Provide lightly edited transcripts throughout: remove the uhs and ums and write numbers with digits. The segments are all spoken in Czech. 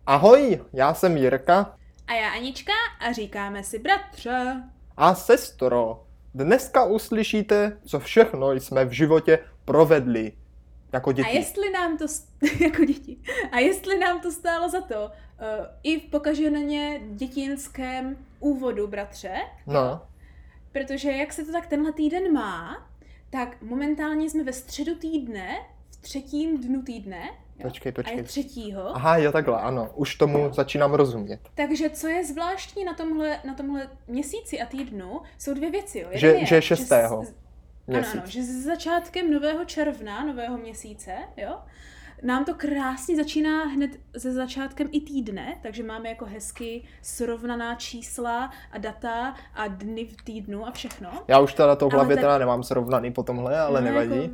Ahoj, já jsem Jirka. A já Anička a říkáme si bratře. A sestro, dneska uslyšíte, co všechno jsme v životě provedli jako děti. A jestli nám to, jako děti, a jestli nám to stálo za to, i v pokaženě dětinském úvodu, bratře. No. Protože jak se to tak tenhle týden má, tak momentálně jsme ve středu týdne, v 3. dnu týdne. Počkej. A je 3. Aha, jo, takhle, ano, už tomu začínám rozumět. Takže co je zvláštní na tomhle měsíci a týdnu, jsou 2 věci. Jo. Že je 6. Ano, že s začátkem nového června, nového měsíce, jo, nám to krásně začíná hned se začátkem i týdne, takže máme jako hezky srovnaná čísla a data a dny v týdnu a všechno. Já už teda to v hlavě teda nemám srovnaný po tomhle, ale nevadí.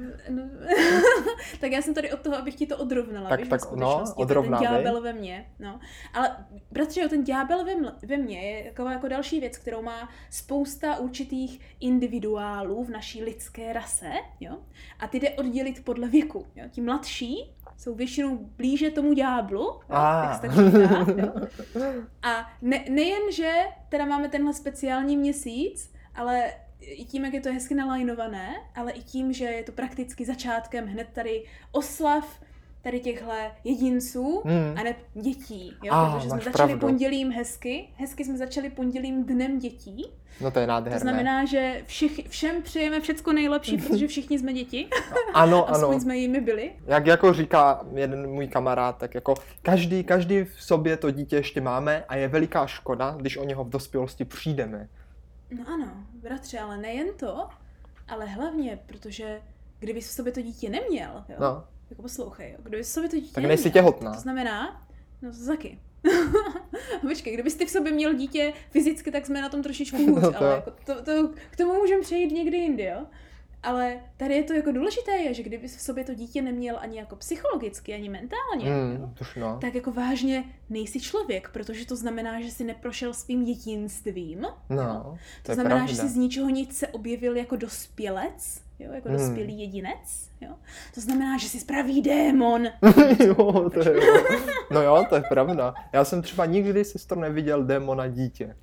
Tak já jsem tady od toho, abych ti to odrovnala. Tak odrovnávej. Ten ďábel ve mně. No. Ale bratře, ten ďábel ve mně je jako další věc, kterou má spousta určitých individuálů v naší lidské rase. Jo? A ty jde oddělit podle věku. Jo? Ti mladší jsou většinou blíže tomu ďáblu, tak se tak říká, jo. A nejen, že teda máme tenhle speciální měsíc, ale i tím, jak je to hezky nalajnované, ale i tím, že je to prakticky začátkem hned tady oslav tady těchhle jedinců a ne dětí, jo? Protože jsme začali pondělím hezky jsme začali pondělím dnem dětí. No to je nádherné. To znamená, že všem přejeme všecko nejlepší, protože všichni jsme děti. Ano. Aspoň jsme jimi byli. Jak jako říká jeden můj kamarád, tak jako každý v sobě to dítě ještě máme a je veliká škoda, když o něho v dospělosti přijdeme. No ano, bratře, ale nejen to, ale hlavně, protože kdyby v sobě to dítě neměl, jo? No. Jako poslouchej, jo? Kdyby v sobě to dítě tak neměl, nejsi těhotná. To znamená, no to taky. Počkej, kdybys ty v sobě měl dítě fyzicky, tak jsme na tom trošičku hůř, ale jako k tomu můžeme přejít někdy jindy, jo? Ale tady je to jako důležité, že kdyby v sobě to dítě neměl ani jako psychologicky, ani mentálně, tak jako vážně nejsi člověk, protože to znamená, že jsi neprošel svým dětinstvím. No, to znamená, pravda. Že jsi z ničeho nic se objevil jako dospělec, jo, jako dospělý jedinec. Jo. To znamená, že jsi pravý démon. Jo, to je no jo, to je pravda. Já jsem třeba nikdy, sestro, neviděl démona dítě.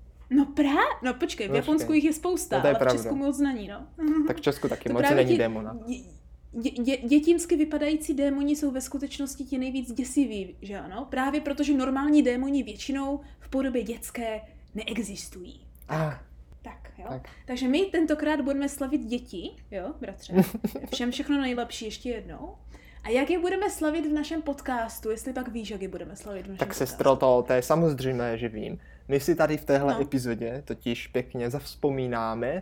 No počkej, v Japonsku jich je spousta, ale v Česku moc není, no. Tak v Česku taky moc není démona. Dětinsky vypadající démoni jsou ve skutečnosti ti nejvíc děsiví, že ano? Právě protože normální démoni většinou v podobě dětské neexistují. Tak, jo. Tak. Takže my tentokrát budeme slavit děti, jo, bratře? Všem všechno nejlepší ještě jednou. A jak je budeme slavit v našem podcastu, jestli pak víš, jak je budeme slavit v našem podcastu? Tak sestro, to je samozřejmé, že vím. My si tady v téhle epizodě totiž pěkně zavzpomínáme,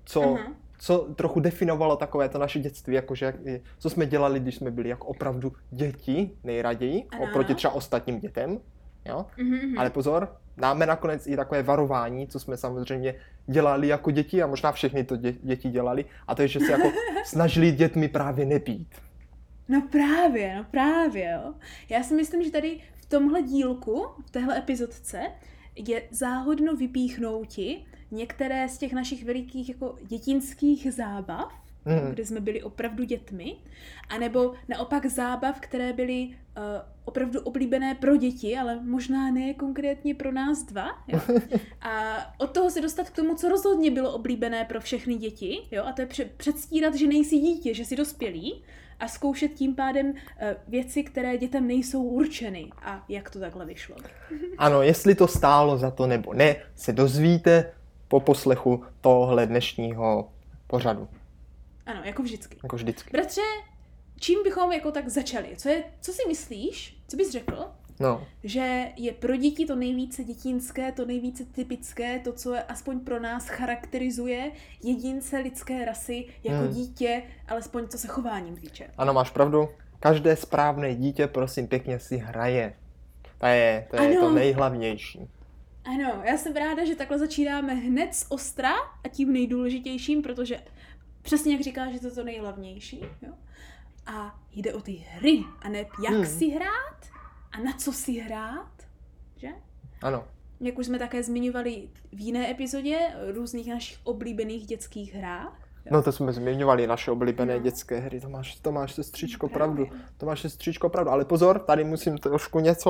co trochu definovalo takové to naše dětství, jakože co jsme dělali, když jsme byli jako opravdu děti nejraději, oproti třeba ostatním dětem. Jo? Ale pozor, dáme nakonec i takové varování, co jsme samozřejmě dělali jako děti a možná všechny to děti dělali, a to je, že se jako snažili dětmi právě nebýt. No právě, jo. Já si myslím, že tady v tomhle dílku, v téhle epizodce, je záhodno vypíchnouti některé z těch našich velikých jako dětinských zábav, kde jsme byli opravdu dětmi, anebo naopak zábav, které byly opravdu oblíbené pro děti, ale možná ne konkrétně pro nás dva. Jo? A od toho se dostat k tomu, co rozhodně bylo oblíbené pro všechny děti, jo? A to je předstírat, že nejsi dítě, že jsi dospělý, a zkoušet tím pádem věci, které dětem nejsou určeny. A jak to takhle vyšlo? Ano, jestli to stálo za to nebo ne, se dozvíte po poslechu tohle dnešního pořadu. Ano, jako vždycky. Jako vždycky. Bratře, čím bychom jako tak začali? Co si myslíš, co bys řekl, že je pro děti to nejvíce dětinské, to nejvíce typické, to, co je aspoň pro nás charakterizuje jedince lidské rasy jako dítě, alespoň co se chováním týče? Ano, máš pravdu. Každé správné dítě, prosím pěkně, si hraje. To je to nejhlavnější. Ano, já jsem ráda, že takhle začínáme hned z ostra a tím nejdůležitějším, protože přesně jak říkáš, že to je to nejhlavnější. Jo? A jde o ty hry, a ne jak si hrát a na co si hrát, že? Ano. Jak už jsme také zmiňovali v jiné epizodě, různých našich oblíbených dětských hrách. Jo? No to jsme zmiňovali, naše oblíbené dětské hry, to máš sestřičko pravdu. Ale pozor, tady musím trošku něco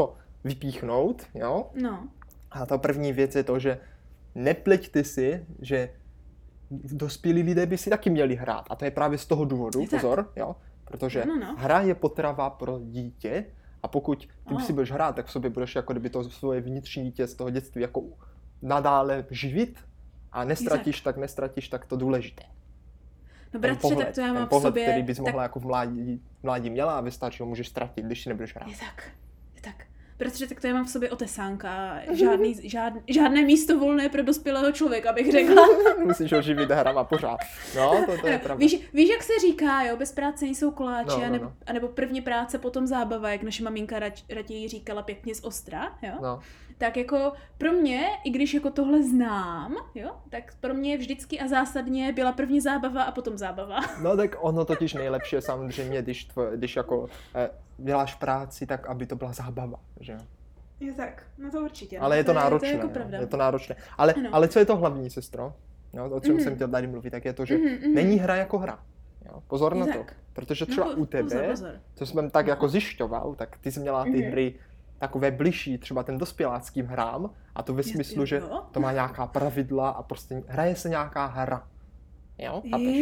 vypíchnout, jo? No. A ta první věc je to, že nepleťte si, že dospělí lidé by si taky měli hrát. A to je právě z toho důvodu, pozor, jo? Protože hra je potrava pro dítě a pokud ty si budeš hrát, tak v sobě budeš jako kdyby to svoje vnitřní dítě z toho dětství jako nadále živit a nestratíš tak to důležité. No bratře, tak to já mám v pohled, sobě... který bys mohla jako v mládí měla a ve staršího můžeš ztratit, když si nebudeš hrát. Je tak. Protože tak to já mám v sobě otesánka, žádné místo volné pro dospělého člověka, bych řekla. Musíš ho živit hrama pořád. No, to je pravda. Víš, jak se říká, jo, bez práce nejsou koláče, anebo první práce, potom zábava, jak naše maminka raději říkala pěkně z ostra, jo. No. Tak jako pro mě, i když jako tohle znám, jo, tak pro mě vždycky a zásadně byla první zábava a potom zábava. No tak ono totiž nejlepší je samozřejmě, když jako děláš práci, tak aby to byla zábava, že? Je tak, no to určitě. Ale je to náročné, to je, jako pravda. Je to náročné. Ale co je to hlavní, sestro? Jo, o čem jsem chtěl tady mluvit, tak je to, že není hra jako hra. Jo, pozor na to, protože třeba u tebe, pozor. Co jsem tak jako zjišťoval, tak ty jsi měla ty hry takové bližší třeba ten dospěláckým hrám a to ve smyslu, že to má nějaká pravidla a prostě hraje se nějaká hra. Jo?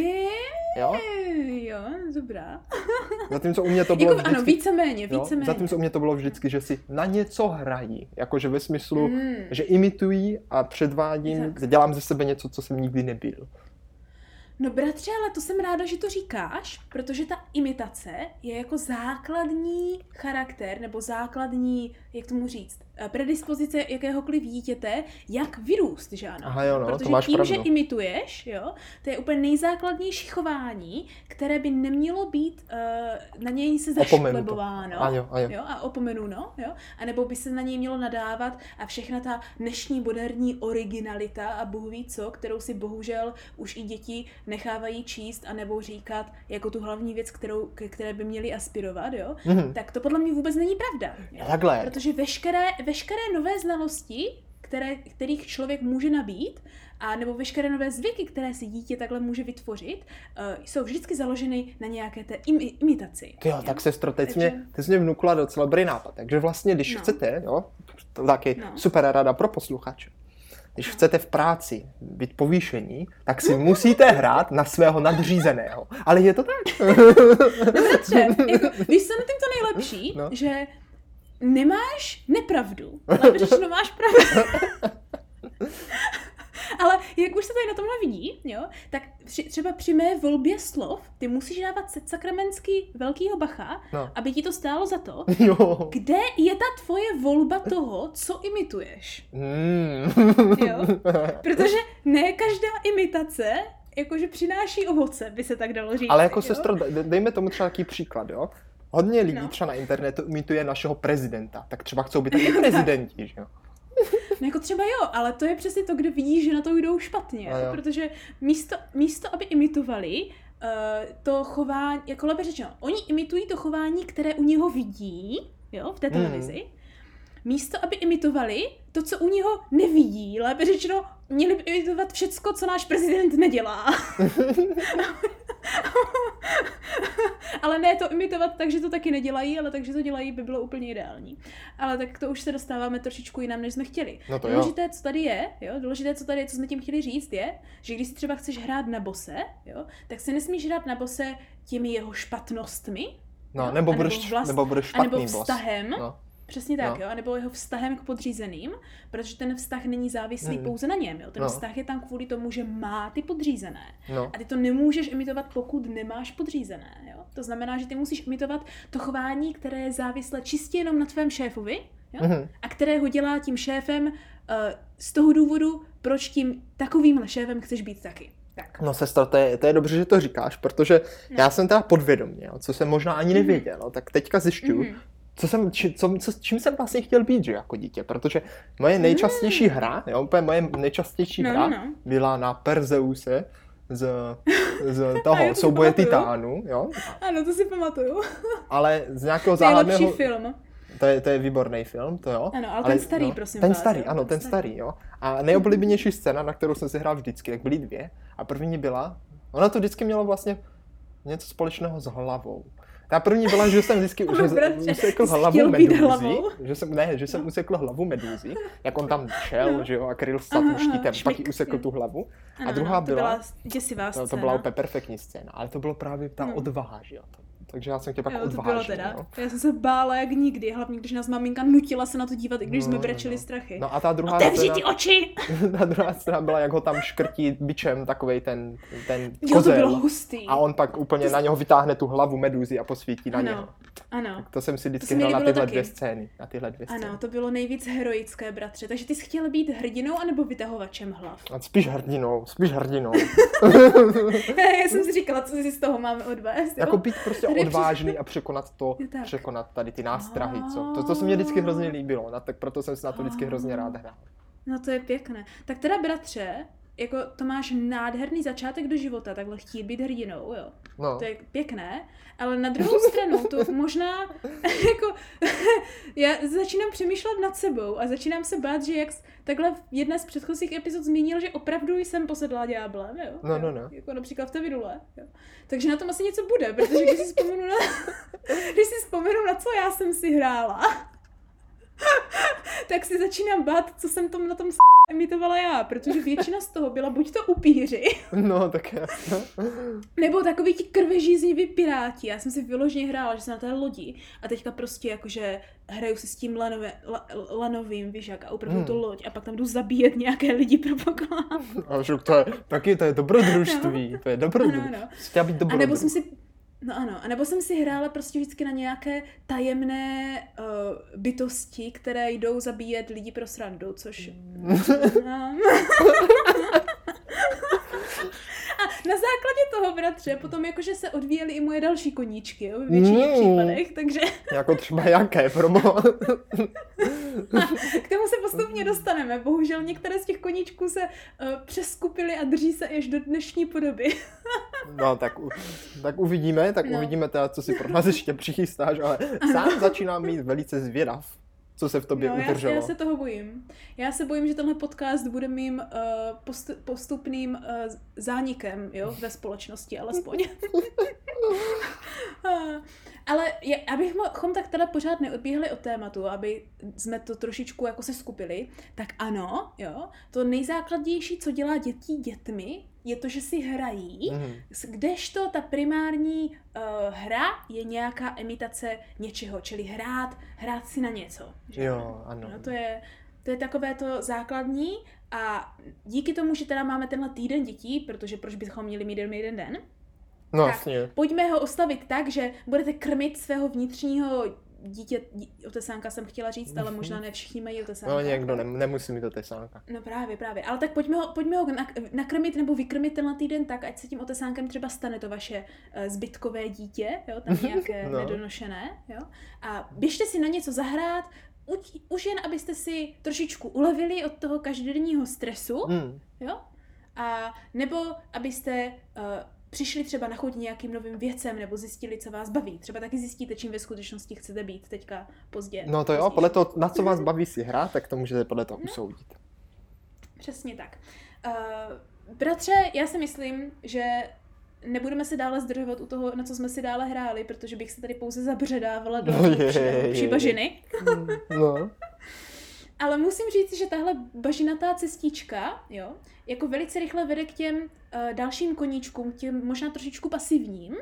Jo, dobrá. Zatímco u mě to bylo jako, vždycky... Ano, víceméně. Zatímco u mě to bylo vždycky, že si na něco hrají. Jakože ve smyslu, že imitují a předvádím, dělám ze sebe něco, co jsem nikdy nebyl. No bratře, ale to jsem ráda, že to říkáš, protože ta imitace je jako základní charakter, nebo základní, jak tomu říct, predispozice jakéhokoliv dítěte, jak vyrůst, že ano? Aha, jo, no, protože to máš tím, pravdu. Že imituješ, jo, to je úplně nejzákladnější chování, které by nemělo být na něj se zašklebováno. Jo, a opomenuno, jo, anebo by se na něj mělo nadávat a všechna ta dnešní moderní originalita a Bůh ví co, kterou si bohužel už i děti nechávají číst a nebo říkat jako tu hlavní věc, které by měly aspirovat, jo, tak to podle mě vůbec není pravda. Jo? Takhle. Protože veškeré nové znalosti, kterých člověk může nabít, a nebo veškeré nové zvyky, které si dítě takhle může vytvořit, jsou vždycky založeny na nějaké té imitaci. Jo, tak sestro, ty jsi mě vnukla docela dobrý nápad. Takže vlastně, když chcete, jo, to taky super rada pro posluchače. Když chcete v práci být povýšení, tak si musíte hrát na svého nadřízeného. Ale je to tak. Dobře, jako, víš co na tím to nejlepší, že nemáš nepravdu, ale řečeno máš pravdu. Ale jak už se tady na tomhle vidí, jo, tak třeba při mé volbě slov ty musíš dávat sakramentsky velkýho bacha, aby ti to stálo za to, kde je ta tvoje volba toho, co imituješ. Jo? Protože ne každá imitace jakože přináší ovoce, by se tak dalo říct. Ale jako sestro, dejme tomu třeba takový příklad, jo? Hodně lidí třeba na internetu imituje našeho prezidenta, tak třeba chcou být taky prezidenti, že jo? No jako třeba jo, ale to je přesně to, kde vidíš, že na to jdou špatně, jo? Protože místo, aby imitovali to chování, jako lépe řečeno, oni imitují to chování, které u něho vidí, jo, v té televizi, místo, aby imitovali to, co u něho nevidí, lépe řečeno, měli by imitovat všecko, co náš prezident nedělá. Ale ne to imitovat tak, že to taky nedělají, ale takže to dělají, by bylo úplně ideální. Ale tak to už se dostáváme trošičku jinam, než jsme chtěli. Důležité, co tady je, co jsme tím chtěli říct, je, že když si třeba chceš hrát na bose, jo, tak se nesmíš hrát na bose těmi jeho špatnostmi, nebo budeš špatný boss. Vztahem. Přesně tak, jo, nebo jeho vztahem k podřízeným, protože ten vztah není závislý pouze na něm, jo. Ten vztah je tam kvůli tomu, že má ty podřízené. A ty to nemůžeš imitovat, pokud nemáš podřízené, jo. To znamená, že ty musíš imitovat to chování, které je závislé čistě jenom na tvém šéfovi, jo, a které ho dělá tím šéfem z toho důvodu, proč tím takovýmhle šéfem chceš být taky. Tak. No sestro, to je dobře, že to říkáš, protože já jsem teda podvědomě, jo, co jsem možná ani nevěděl, tak teďka zjišťuju, čím jsem vlastně chtěl být, že jako dítě, protože moje nejčastější hra, moje nejčastější hra byla na Perzeuse z toho souboje titánů, jo. Ano, to si pamatuju. Ale z nějakého záhadného... Nejlepší film. To je výborný film, to jo. Ano, ale ten starý, prosím vás. Ten starý, jo. A nejoblíbenější scéna, na kterou jsem si hrál vždycky, tak byly dvě. A první byla, ona to vždycky mělo vlastně něco společného s hlavou. Ta první byla, že jsem vždycky usekl hlavu medúzy. Že jsem usekl hlavu medúzy, jak on tam šel, že jo, a kryl se tím štítem, pak ji usekl tu hlavu. A druhá byla děsivá scéna. To byla úplně perfektní scéna, ale to bylo právě ta odvaha, že jo. Takže já jsem tě pak odvážil. No. Já jsem se bála jak nikdy, hlavně když nás maminka nutila se na to dívat, i když jsme brečeli strachy. No a ta druhá Otevři ty oči! Ta druhá scéna byla, jak ho tam škrtí bičem takovej ten kozel. Jo, to bylo hustý. A on pak úplně na něho vytáhne tu hlavu medúzy a posvítí na něho. Ano. Tak to jsem si vždycky hrál na tyhle dvě scény. Ano, to bylo nejvíc heroické, bratře. Takže ty jsi chtěl být hrdinou anebo vytahovačem hlav? A spíš hrdinou. Já jsem si říkala, co si z toho máme odvést. Jako být prostě odvážný a překonat tady ty nástrahy, co? To se mě vždycky hrozně líbilo, tak proto jsem si na to vždycky hrozně rád hrál. No to je pěkné. Tak teda, bratře, jako to máš nádherný začátek do života, takhle chtít být hrdinou, jo. No. To je pěkné, ale na druhou stranu to možná, jako, já začínám přemýšlet nad sebou a začínám se bát, že jak takhle v jedné z předchozích epizod zmínil, že opravdu jsem posedlá ďáblem, jo. No. Jako například v té minulé, jo. Takže na tom asi něco bude, protože když si vzpomenu na co já jsem si hrála, tak si začínám bát, co jsem na tom imitovala já, protože většina z toho byla buď to upíři, no tak jasně, nebo takový ti krvežízniví piráti. Já jsem si vyloženě hrála, že jsem na té lodi a teďka prostě jakože hraju si s tím lanovým, víš jak, a upravdu tu loď a pak tam jdu zabíjet nějaké lidi pro poklad. A však to je dobrodružství, to je dobrodružství. No. Chtěla být dobrodružství. A nebo jsem si hrála prostě vždycky na nějaké tajemné bytosti, které jdou zabíjet lidi pro srandu, což... A na základě toho, bratře, potom jakože se odvíjely i moje další koníčky, jo, v většině případech, takže... Jako třeba jaké, proboha? K tomu se postupně dostaneme. Bohužel některé z těch koníčků se přeskupily a drží se až do dnešní podoby. No, tak uvidíme, uvidíme teda, co si pro nás ještě přichystáš, ale sám začínám být velice zvědav, co se v tobě udrželo. Já se toho bojím. Já se bojím, že tenhle podcast bude mým postupným zánikem, jo, ve společnosti alespoň. Ale abychom tak teda pořád neodbíhali od tématu, aby jsme to trošičku jako se skupili, tak ano, jo, to nejzákladnější, co dělá dětmi, je to, že si hrají, kdežto ta primární hra je nějaká imitace něčeho, čili hrát si na něco. Že? Jo, ano. No, to je takové to základní a díky tomu, že teda máme tenhle týden dětí, protože proč bychom měli mít jenom jeden den, no, tak jasně. Pojďme ho oslavit tak, že budete krmit svého vnitřního dítě, otesánka jsem chtěla říct, ale možná ne všichni mají otesánka. No někdo nemusí mít otesánka. No právě. Ale tak pojďme ho nakrmit nebo vykrmit tenhle týden tak, ať se tím otesánkem třeba stane to vaše zbytkové dítě, jo, tam nějaké nedonošené, jo. A běžte si na něco zahrát, už jen abyste si trošičku ulevili od toho každodenního stresu, jo. A nebo abyste přišli třeba na chuť nějakým novým věcem nebo zjistili, co vás baví. Třeba taky zjistíte, čím ve skutečnosti chcete být teďka pozdě. No to jo, podle toho, na co vás baví si hrát, tak to můžete podle toho usoudit. Přesně tak. Bratře, já si myslím, že nebudeme se dále zdržovat u toho, na co jsme si dále hráli, protože bych se tady pouze zabředávala do vší bažiny. No. Ale musím říct, že tahle bažinatá cestička, jo, jako velice rychle vede k těm dalším koníčkům, těm možná trošičku pasivním,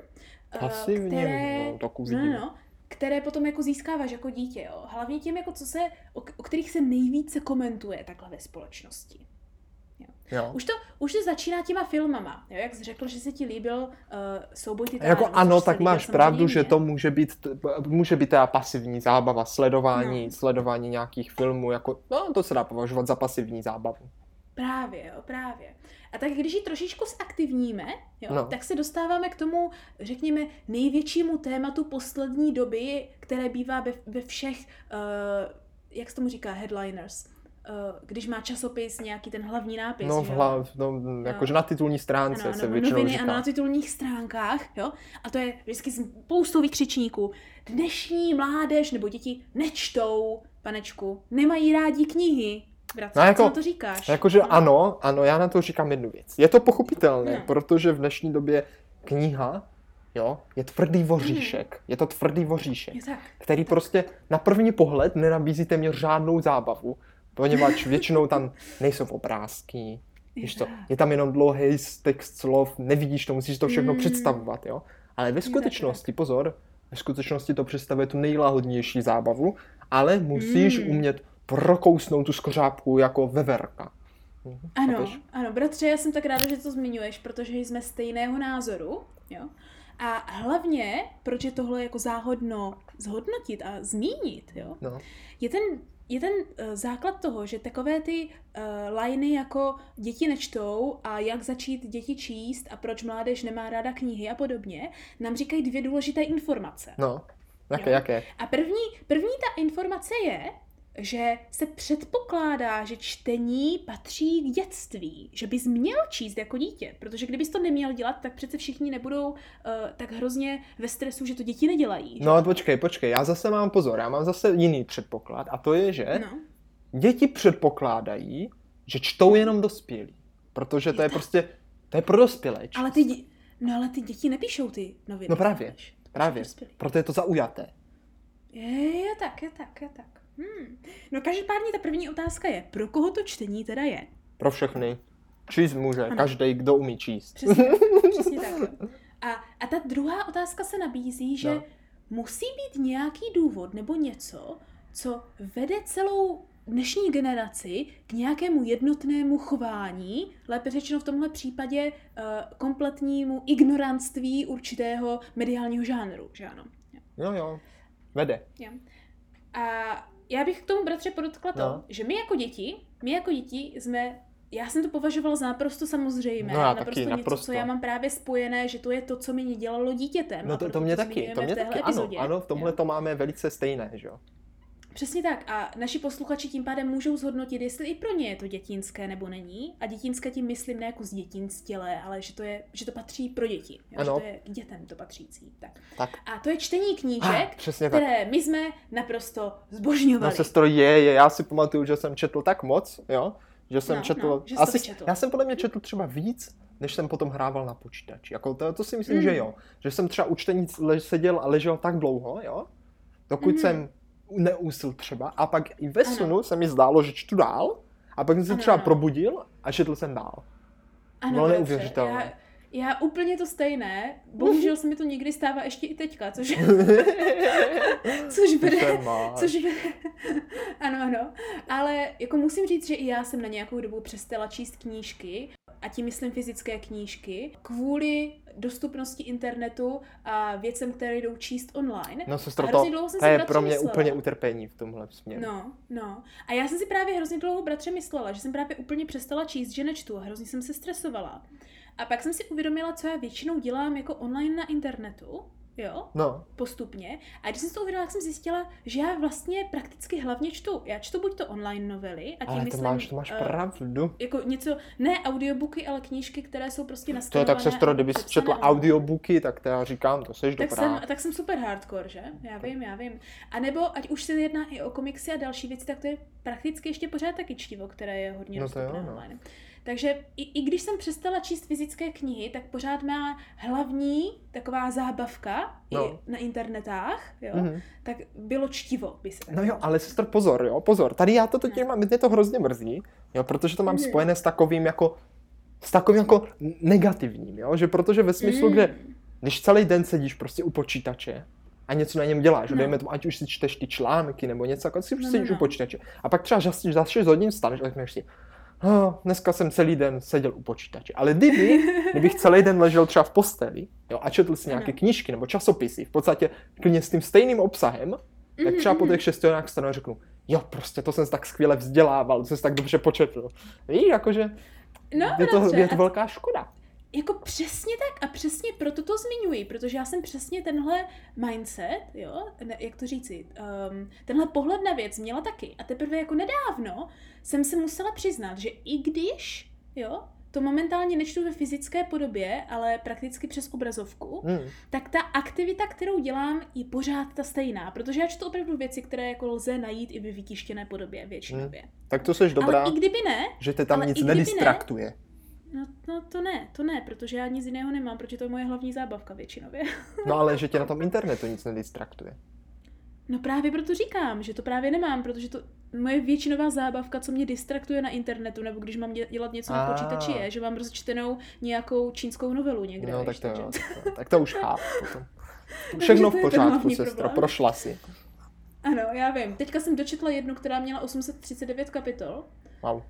které potom jako získáváš jako dítě, jo. Hlavně těm, jako o kterých se nejvíce komentuje takhle ve společnosti. Jo. Už to začíná těma filmama, jo, jak jsi řekl, že se ti líbil Souboj titánů. Jako ano, tak máš pravdu, že to může být teda pasivní zábava, sledování nějakých filmů, jako, no to se dá považovat za pasivní zábavu. Právě. A tak když ji trošičku zaktivníme, jo, tak se dostáváme k tomu, řekněme, největšímu tématu poslední doby, které bývá ve všech, jak se tomu říká, headliners. Když má časopis nějaký ten hlavní nápis. Jakože na titulní stránce se většinou noviny říká. A na titulních stránkách, jo. A to je vždycky spoustou vykřičníků. Dnešní mládež nebo děti nečtou, panečku, nemají rádi knihy. Bratře, co na to říkáš? Jakože ano, já na to říkám jednu věc. Je to pochopitelné, protože v dnešní době kniha jo, je tvrdý voříšek. Je to tvrdý voříšek, který tak. prostě na první pohled nenabízí téměř žádnou zábavu, poněvadž většinou tam nejsou obrázky, je tam jenom dlouhý text slov, nevidíš to, musíš to všechno představovat, jo. Ale ve skutečnosti, pozor, ve skutečnosti to představuje tu nejlahodnější zábavu, ale musíš umět prokousnout tu skořápku jako veverka. Ano, bratře, já jsem tak ráda, že to zmiňuješ, protože jsme stejného názoru, jo. A hlavně, proč je tohle jako záhodno zhodnotit a zmínit, jo, je ten základ toho, že takové ty liny jako děti nečtou a jak začít děti číst a proč mládež nemá ráda knihy a podobně, nám říkají 2 důležité informace. No, jaké? A první ta informace je, že se předpokládá, že čtení patří k dětství, že bys měl číst jako dítě, protože kdybys to neměl dělat, tak přece všichni nebudou tak hrozně ve stresu, že to děti nedělají. Že? No počkej, já zase mám pozor, já mám zase jiný předpoklad a to je, že děti předpokládají, že čtou jenom dospělí, protože to je prostě, to je pro dospělé číst. Ale ty děti nepíšou ty noviny. No právě, proto je to zaujaté. Je tak. No každopádně ta první otázka je, pro koho to čtení teda je? Pro všechny. Číst může, každý, kdo umí číst. Přesně tak. A ta druhá otázka se nabízí, že musí být nějaký důvod nebo něco, co vede celou dnešní generaci k nějakému jednotnému chování, lépe řečeno v tomhle případě kompletnímu ignorantství určitého mediálního žánru, že ano? Jo, vede. Jo. A já bych k tomu, bratře, podotkla to, že my jako děti jsme, já jsem to považovala za naprosto samozřejmé, něco, co já mám právě spojené, že to je to, co mě dělalo dítětem. No to mě taky, ano, v tomhle to máme velice stejné, že jo. Přesně tak a naši posluchači tím pádem můžou zhodnotit, jestli i pro ně je to dětinské nebo není. A dětinské tím myslím ne jako zdětinstělé, ale že to patří pro děti. Jo? Že to je k dětem to patřící. Tak. A to je čtení knížek, které my jsme naprosto zbožňovali. No sestro, já si pamatuju, že jsem četl tak moc, jo, že jsem četl, já jsem podle mě četl třeba víc, než jsem potom hrával na počítači. Jako to si myslím, že jo. Že jsem třeba u čtení seděl a ležel tak dlouho, jo, dokud jsem neusl třeba a pak i ve snu se mi zdálo, že čtu dál a pak jsem se třeba probudil a četl jsem dál. Bylo neuvěřitelné. Já úplně to stejné, bohužel se mi to někdy stává ještě i teďka, což bude, ano, ale jako musím říct, že i já jsem na nějakou dobu přestala číst knížky, a tím myslím fyzické knížky, kvůli dostupnosti internetu a věcem, které jdou číst online. No sestro, to je pro mě úplně utrpení v tomhle směru. No. A já jsem si právě hrozně dlouho, bratře, myslela, že jsem právě úplně přestala číst, že nečtu a hrozně jsem se stresovala. A pak jsem si uvědomila, co já většinou dělám jako online na internetu, jo, postupně. A když jsem si to uvědomila, tak jsem zjistila, že já vlastně prakticky hlavně čtu. Já čtu buď to online novely, a tím ale myslím... to máš pravdu. Jako něco, ne audiobooky, ale knížky, které jsou prostě nastanované. To je tak, sestro, kdybys četla audiobooky, tak já říkám, to seš dobrá. Tak jsem super hardcore, že? Já vím. A nebo, ať už se jedná i o komiksy a další věci, tak to je prakticky ještě pořád taky čtivo, které je hodně dostupné online. Takže i když jsem přestala číst fyzické knihy, tak pořád má hlavní taková zábavka i na internetách, jo, tak bylo čtivo, by se tak jo, ale sestr, pozor, tady já to teď mám, mě to hrozně mrzí, jo, protože to mám spojené s takovým jako negativním, jo, že protože ve smyslu, kde když celý den sedíš prostě u počítače a něco na něm děláš, dejme tomu, ať už si čteš ty články nebo něco, jako si sedíš u počítače a pak třeba za 6 hodin vstaneš a řekneš si, dneska jsem celý den seděl u počítače. Ale kdybych celý den ležel třeba v posteli, jo, a četl si nějaké knížky nebo časopisy, v podstatě klidně s tím stejným obsahem, tak třeba po těch 6 hodinách stanu a řeknu, jo, prostě to jsem se tak skvěle vzdělával, to jsem se tak dobře početl. Víš, jakože je to velká škoda. Jako přesně tak a přesně proto to zmiňuji, protože já jsem přesně tenhle mindset, jo, jak to říci, tenhle pohled na věc měla taky a teprve jako nedávno jsem se musela přiznat, že i když, jo, to momentálně nečtu ve fyzické podobě, ale prakticky přes obrazovku, tak ta aktivita, kterou dělám, je pořád ta stejná, protože já čtu opravdu věci, které jako lze najít i ve vytištěné podobě většinově. Tak to seš dobrá, ale i kdyby ne, že te tam nic nedistraktuje. No to ne, protože já nic jiného nemám, protože to je moje hlavní zábavka většinově. No ale že tě na tom internetu nic nedistraktuje. No právě proto říkám, že to právě nemám, protože to moje většinová zábavka, co mě distraktuje na internetu, nebo když mám dělat něco na počítači, je, že mám rozčtenou nějakou čínskou novelu někde. No tak to už chápu potom. Všechno v pořádku, sestra, prošla si. Ano, já vím. Teďka jsem dočetla jednu, která měla 839 kapitol. Wow.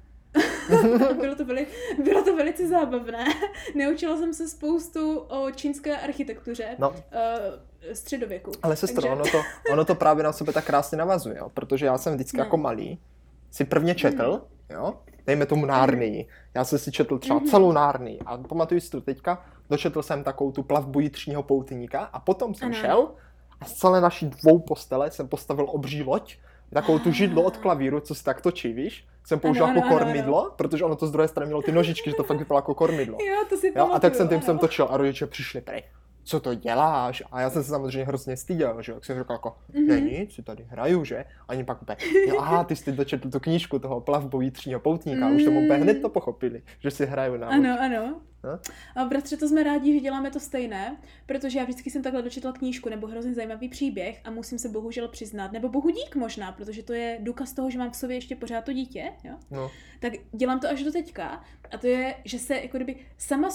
Bylo to velice zábavné. Neučila jsem se spoustu o čínské architektuře středověku. Ale sestro, ono to právě na sebe tak krásně navazuje, jo? Protože já jsem vždycky jako malý si prvně četl, jo? Dejme tomu Nárnii. Já jsem si četl třeba celou Nárnii a pamatuju si to teďka, dočetl jsem takovou tu Plavbu jitřního poutníka a potom jsem šel a z celé naší 2 postele jsem postavil obří loď, takovou tu židlo od klavíru, co si tak točí, víš? Jsem použil jako kormidlo, protože ono to z druhé strany mělo ty nožičky, že to fakt vypadalo jako kormidlo. Jo, to si pamatuju. A tak jsem točil a rodiče přišli prej. Co to děláš? A já jsem se samozřejmě hrozně styděl, že jo? Tak jsem říkal jako, ne nic, si tady hraju, že? A oni pak úplně, ty jsi dočetl tu knížku toho Plavbu jitřního poutníka, už tomu úplně hned to pochopili, že si hraju na loď. Ano. No? A bratře, to jsme rádi, že děláme to stejné, protože já vždycky jsem takhle dočetla knížku nebo hrozně zajímavý příběh a musím se bohužel přiznat, nebo bohu dík možná, protože to je důkaz toho, že mám v sobě ještě pořád to dítě, jo? No. Tak dělám to až do teďka a to je, že se jako kdyby sama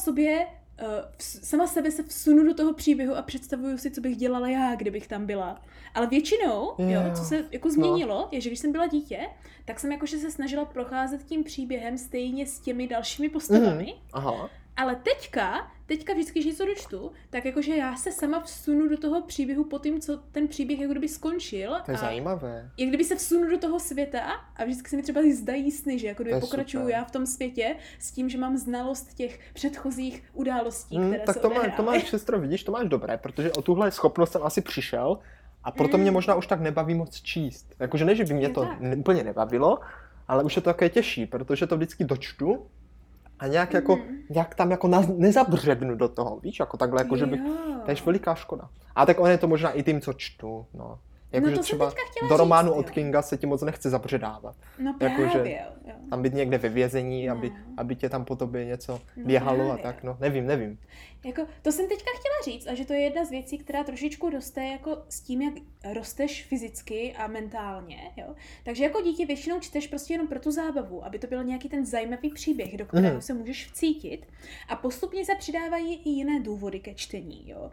sebe se vsunu do toho příběhu a představuju si, co bych dělala já, kdybych tam byla. Ale většinou, co se jako změnilo, je, že když jsem byla dítě, tak jsem jakože se snažila procházet tím příběhem stejně s těmi dalšími postavami. Aha. Ale teďka vždycky, když něco dočtu, tak jakože já se sama vsunu do toho příběhu po tím, co ten příběh jako kdyby skončil. To je zajímavé. Jak kdyby se vsunu do toho světa a vždycky se mi třeba zdají sny, že jako kdyby pokračuju já v tom světě s tím, že mám znalost těch předchozích událostí, které tak se odehrály. Tak to máš, sestro, vidíš, to máš dobré, protože o tuhle schopnost jsem asi přišel a proto mě možná už tak nebaví moc číst. Jakože ne, že by mě to úplně nebavilo, ale už je to také těžší, protože to vždycky dočtu a nějak tam jako nezabřednu do toho, víš, jako takhle, jako že bych, to je veliká škoda. A tak on je to možná i tím, co čtu, no. Jakože třeba do románu od Kinga se ti moc nechce zabředávat. No právě, jo. Tam být někde ve vězení, aby tě tam po tobě něco běhalo a tak, no, nevím. Jako, to jsem teďka chtěla říct, a že to je jedna z věcí, která trošičku roste jako s tím, jak rosteš fyzicky a mentálně, jo. Takže jako dítě většinou čteš prostě jenom pro tu zábavu, aby to byl nějaký ten zajímavý příběh, do kterého se můžeš vcítit a postupně se přidávají i jiné důvody ke čtení, jo.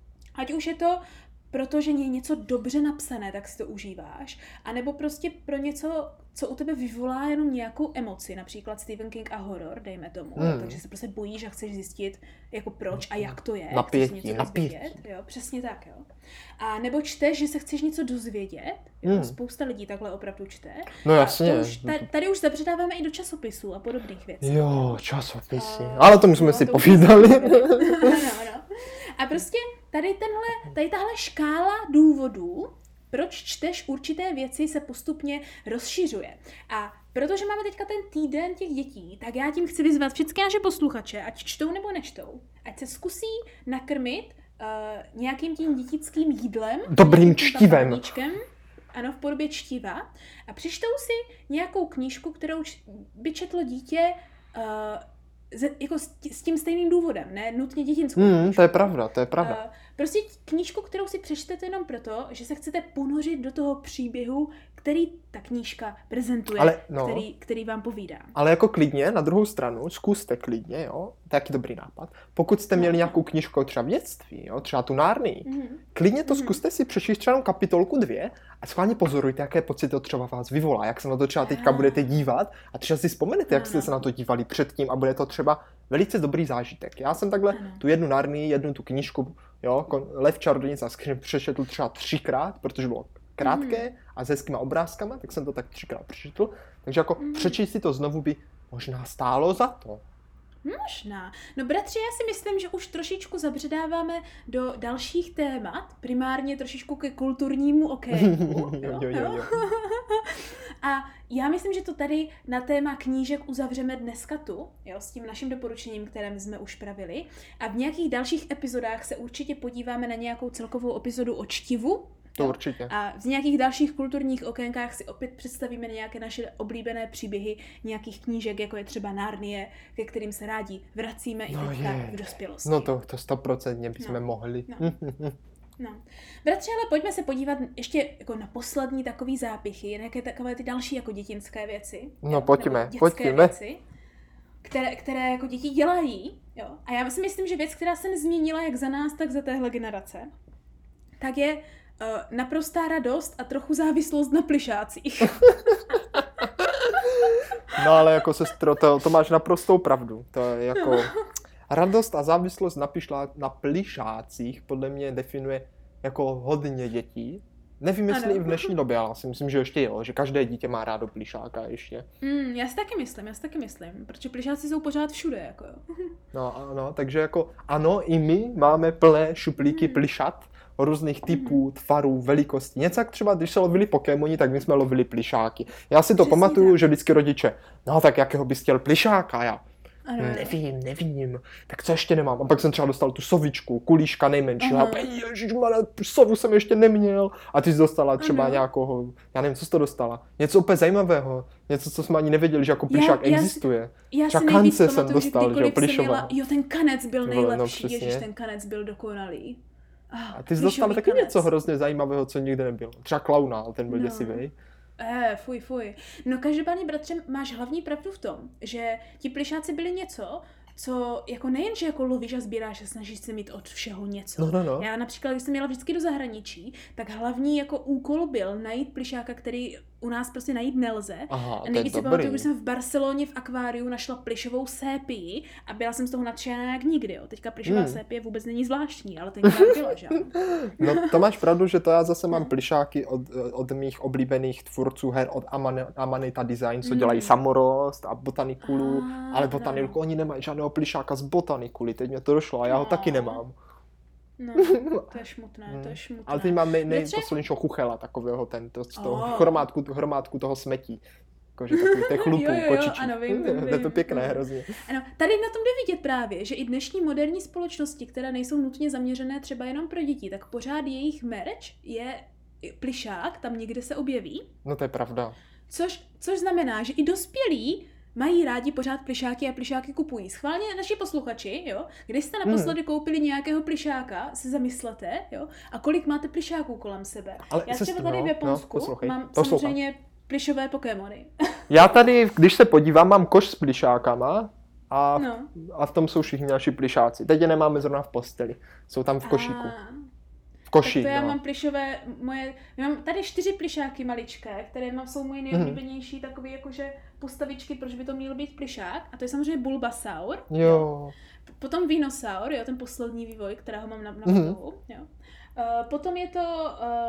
Ať už je to protože je něco dobře napsané, tak si to užíváš. A nebo prostě pro něco, co u tebe vyvolá jenom nějakou emoci, například Stephen King a horor, dejme tomu. Takže se prostě bojíš a chceš zjistit, jako proč a jak to je. Napětí. Jo, přesně tak, jo. A nebo čteš, že se chceš něco dozvědět. Jo, spousta lidí takhle opravdu čte. No jasně. Tady už zabředáváme i do časopisů a podobných věcí. Jo, časopisy. Ale to jsme si povídali. Ano. A prostě tady tahle škála důvodů, proč čteš určité věci, se postupně rozšiřuje. A protože máme teďka ten týden těch dětí, tak já tím chci vyzvat všechny naše posluchače, ať čtou nebo nečtou, ať se zkusí nakrmit nějakým tím dětickým jídlem. Dobrým čtivem. Ano, v podobě čtiva. A přečtou si nějakou knížku, kterou by četlo dítě jako s tím stejným důvodem, ne nutně dětinskou knížku. To je pravda. Prostě knížku, kterou si přečtete jenom proto, že se chcete ponořit do toho příběhu, který ta knížka prezentuje, který vám povídá. Ale jako klidně, na druhou stranu, zkuste klidně, jo, to je taky dobrý nápad. Pokud jste měli nějakou knížku třeba v dětství, jo, třeba tu Nárnii, klidně to zkuste si přečíst třeba kapitolku 2 a schválně pozorujte, jaké pocity to třeba vás vyvolá, jak se na to třeba teďka budete dívat a třeba si vzpomenete, jak jste se na to dívali předtím a bude to třeba velice dobrý zážitek. Já jsem takhle tu jednu Nárnii, jednu tu knížku, jo, Lev, čarodějnice a skříň přečetl třeba 3krát, protože bylo krátké a s hezkýma obrázkama, tak jsem to tak 3krát přečetl. Takže jako přečíst si to znovu by možná stálo za to. Možná. No bratři, já si myslím, že už trošičku do dalších témat, primárně trošičku ke kulturnímu okénku. Jo. A já myslím, že to tady na téma knížek uzavřeme dneska s tím naším doporučením, které jsme už pravili. A v nějakých dalších epizodách se určitě podíváme na nějakou celkovou epizodu o čtivu, To určitě. A v nějakých dalších kulturních okénkách si opět představíme nějaké naše oblíbené příběhy nějakých knížek, jako je třeba Narnie, ke kterým se rádi vracíme i teďka v dospělosti. No to 100% bychom mohli. No. Bratře, ale pojďme se podívat ještě jako na poslední takový zápichy, nějaké takové ty další jako dětinské věci. No pojďme. Věci, které jako děti dělají. Jo? A já si myslím, že věc, která se nezměnila jak za nás, tak za téhle generace, tak je naprostá radost a trochu závislost na plišácích. No ale jako sestro, to máš naprostou pravdu. To je jako... Radost a závislost na plišácích podle mě definuje jako hodně dětí. Nevím, jestli i v dnešní době, ale si myslím, že ještě jo, že každé dítě má rádo plišáka ještě. Já si taky myslím, protože plišáci jsou pořád všude, jako jo. No, takže jako ano, i my máme plné šuplíky plišat různých typů, tvarů, velikostí. Něco jak třeba, když se lovili Pokémoni, tak my jsme lovili plišáky. Já si to pamatuju, že vždycky rodiče, no tak jakého bys chtěl plišáka, já. Ano. Nevím, tak co ještě nemám? A pak jsem třeba dostal tu sovičku, kulíška nejmenšího. A ježišmarja, sovu jsem ještě neměl. A ty jsi dostala třeba nějakého, já nevím, co jsi to dostala. Něco úplně zajímavého. Něco, co jsme ani nevěděli, že jako plišák existuje. Třeba kance jsem dostal, že jo, plišová. Jo, ten kanec byl nejlepší, ježiš, ten kanec byl dokonalý. A ty jsi dostal taky něco hrozně zajímavého, co nikde nebylo. Třeba klauna, ale ten byl děsivý. Fuj. No každopádně, bratře, máš hlavní pravdu v tom, že ti plišáci byli něco, co jako nejen, že jako lovíš a sbíráš a snažíš se mít od všeho něco. No. Já například, když jsem jela vždycky do zahraničí, tak hlavní jako úkol byl najít plišáka, který u nás prostě najít nelze. Aha, a nejvíc si pamatuju, když jsem v Barceloně v akváriu našla plišovou sépii a byla jsem z toho nadšená jak nikdy. Jo. Teďka plišová sépie vůbec není zvláštní, ale tenkrát byla, že? No to máš pravdu, že to já zase mám plišáky od mých oblíbených tvůrců her, od Amanita Design, co dělají Samorost a Botaniculu, ale Botaniku oni nemají žádného plišáka z Botaniculy, teď mě to došlo a já ho taky nemám. No, to je šmutné. Ale teď mám nejposlednějšího chuchela, takového hromádku toho smetí. Jakože takový těch chlupů, kočičí. Ano, vím. Je to pěkné hrozně. Ano, tady na tom jde vidět právě, že i dnešní moderní společnosti, které nejsou nutně zaměřené třeba jenom pro děti, tak pořád jejich merch je plišák, tam někde se objeví. No to je pravda. Což znamená, že i dospělí mají rádi pořád plišáky a plišáky kupují. Schválně naši posluchači, jo, když jste naposledy koupili nějakého plišáka, se zamyslete, jo, a kolik máte plišáků kolem sebe. Ale já třeba tady v Japonsku mám samozřejmě plišové Pokémony. Já tady, když se podívám, mám koš s plišákama a v tom jsou všichni naši plišáci. Teď je nemáme zrovna v posteli, jsou tam v košíku. Tak to já mám plišové, mám tady 4 plišáky maličké, které jsou moje nejoblíbenější takové jakože postavičky, proč by to měl být plišák. A to je samozřejmě Bulbasaur. Jo. Potom Venusaur, jo, ten poslední vývoj, kterého mám na potohu. Potom je to,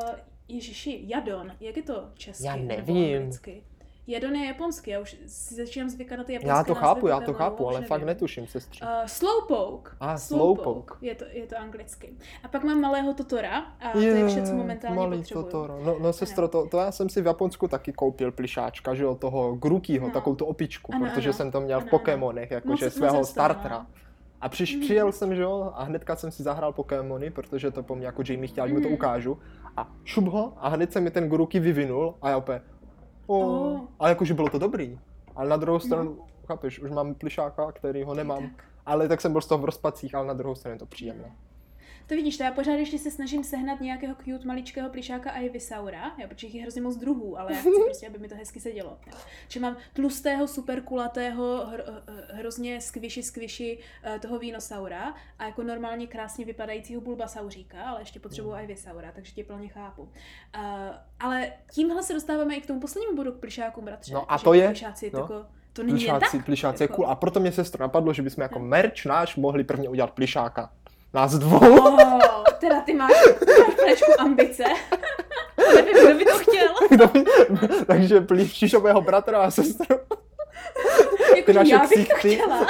Jadon. Jak je to česky? Já nevím. Jadon je japonský, já už si začínám zvykat na ty japonské názvy. Já to chápu, ale fakt netuším, sestře. Slowpoke. Slowpoke. Je to anglicky. A pak mám malého Totora a to je vše, co momentálně potřebuju. Totoro. No sestro, to já jsem si v Japonsku taky koupil plišáčka, že jo, toho Grookeyho, takovou tu opičku, protože jsem to měl v Pokémonech, jakože svého startera. A přijel jsem, že jo, a hnedka jsem si zahrál Pokémony, protože to po mně jako Jamie chtěl, mu to ukážu. A šup ho a hned se mi ten Grookey vyvinul a já opět ale jakože bylo to dobrý. Ale na druhou stranu, chápeš, už mám plišáka, který ho nemám. Ale tak jsem byl z toho v rozpacích, ale na druhou stranu je to příjemné. To vidíš, to já pořád ještě se snažím sehnat nějakého cute maličkého plišáka Ivysaura, protože jich je hrozně moc druhů, ale já chci prostě, aby mi to hezky sedělo. Že mám tlustého, superkulatého, hrozně squishy toho Venusaura a jako normálně krásně vypadajícího Bulbasauříka, ale ještě potřebuji Ivysaura, takže tě plně chápu. Ale tímhle se dostáváme i k tomu poslednímu bodu k plišákům, bratře. No a to je? Plišáci, to není jen tak. Plišáci je cool. A proto mě sestro napadlo, že bychom jako merch náš mohli prvně udělat plišáka. Nás dvou. Teda ty máš trošku ambice. Nevím, kdo by to chtěl. Takže plišového bratra a sestru. Jakože já bych to chtěla.